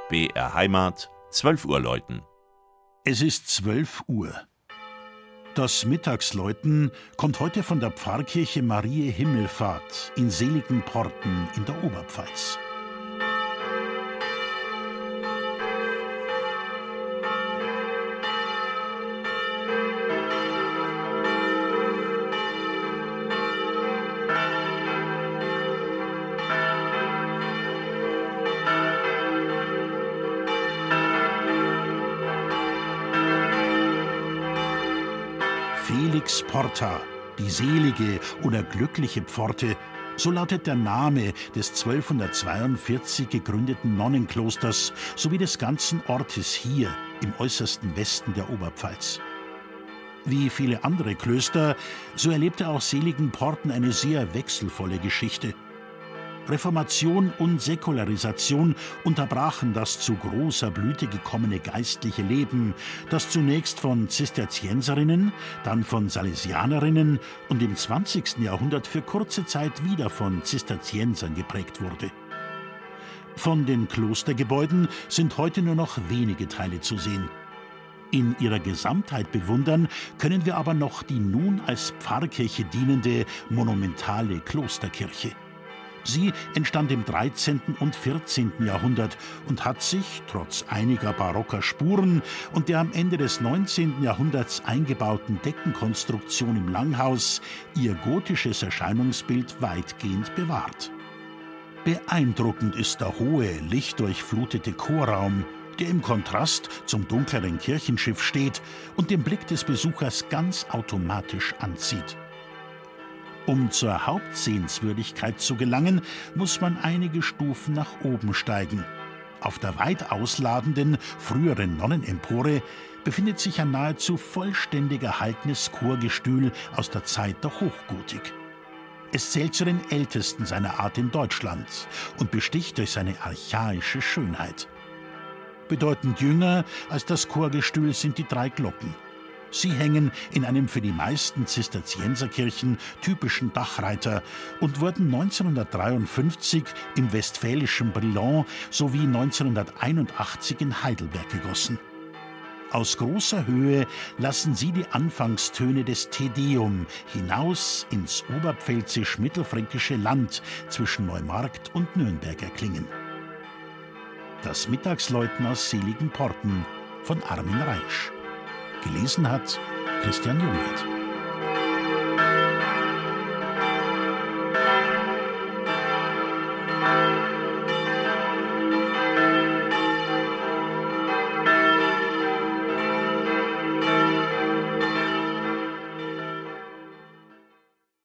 BR Heimat, 12 Uhr läuten. Es ist 12 Uhr. Das Mittagsläuten kommt heute von der Pfarrkirche Mariä Himmelfahrt in Seligenporten in der Oberpfalz. Felix Porta, die selige oder glückliche Pforte, so lautet der Name des 1242 gegründeten Nonnenklosters sowie des ganzen Ortes hier im äußersten Westen der Oberpfalz. Wie viele andere Klöster, so erlebte auch Seligenporten eine sehr wechselvolle Geschichte. Reformation und Säkularisation unterbrachen das zu großer Blüte gekommene geistliche Leben, das zunächst von Zisterzienserinnen, dann von Salesianerinnen und im 20. Jahrhundert für kurze Zeit wieder von Zisterziensern geprägt wurde. Von den Klostergebäuden sind heute nur noch wenige Teile zu sehen. In ihrer Gesamtheit bewundern können wir aber noch die nun als Pfarrkirche dienende monumentale Klosterkirche. Sie entstand im 13. und 14. Jahrhundert und hat sich, trotz einiger barocker Spuren und der am Ende des 19. Jahrhunderts eingebauten Deckenkonstruktion im Langhaus, ihr gotisches Erscheinungsbild weitgehend bewahrt. Beeindruckend ist der hohe, lichtdurchflutete Chorraum, der im Kontrast zum dunkleren Kirchenschiff steht und den Blick des Besuchers ganz automatisch anzieht. Um zur Hauptsehenswürdigkeit zu gelangen, muss man einige Stufen nach oben steigen. Auf der weit ausladenden, früheren Nonnenempore befindet sich ein nahezu vollständig erhaltenes Chorgestühl aus der Zeit der Hochgotik. Es zählt zu den ältesten seiner Art in Deutschland und besticht durch seine archaische Schönheit. Bedeutend jünger als das Chorgestühl sind die 3 Glocken. Sie hängen in einem für die meisten Zisterzienserkirchen typischen Dachreiter und wurden 1953 im westfälischen Brilon sowie 1981 in Heidelberg gegossen. Aus großer Höhe lassen sie die Anfangstöne des Te Deum hinaus ins oberpfälzisch-mittelfränkische Land zwischen Neumarkt und Nürnberg erklingen. Das Mittagsläuten aus Seligenporten von Armin Reisch. Gelesen hat Christian Jungwirth.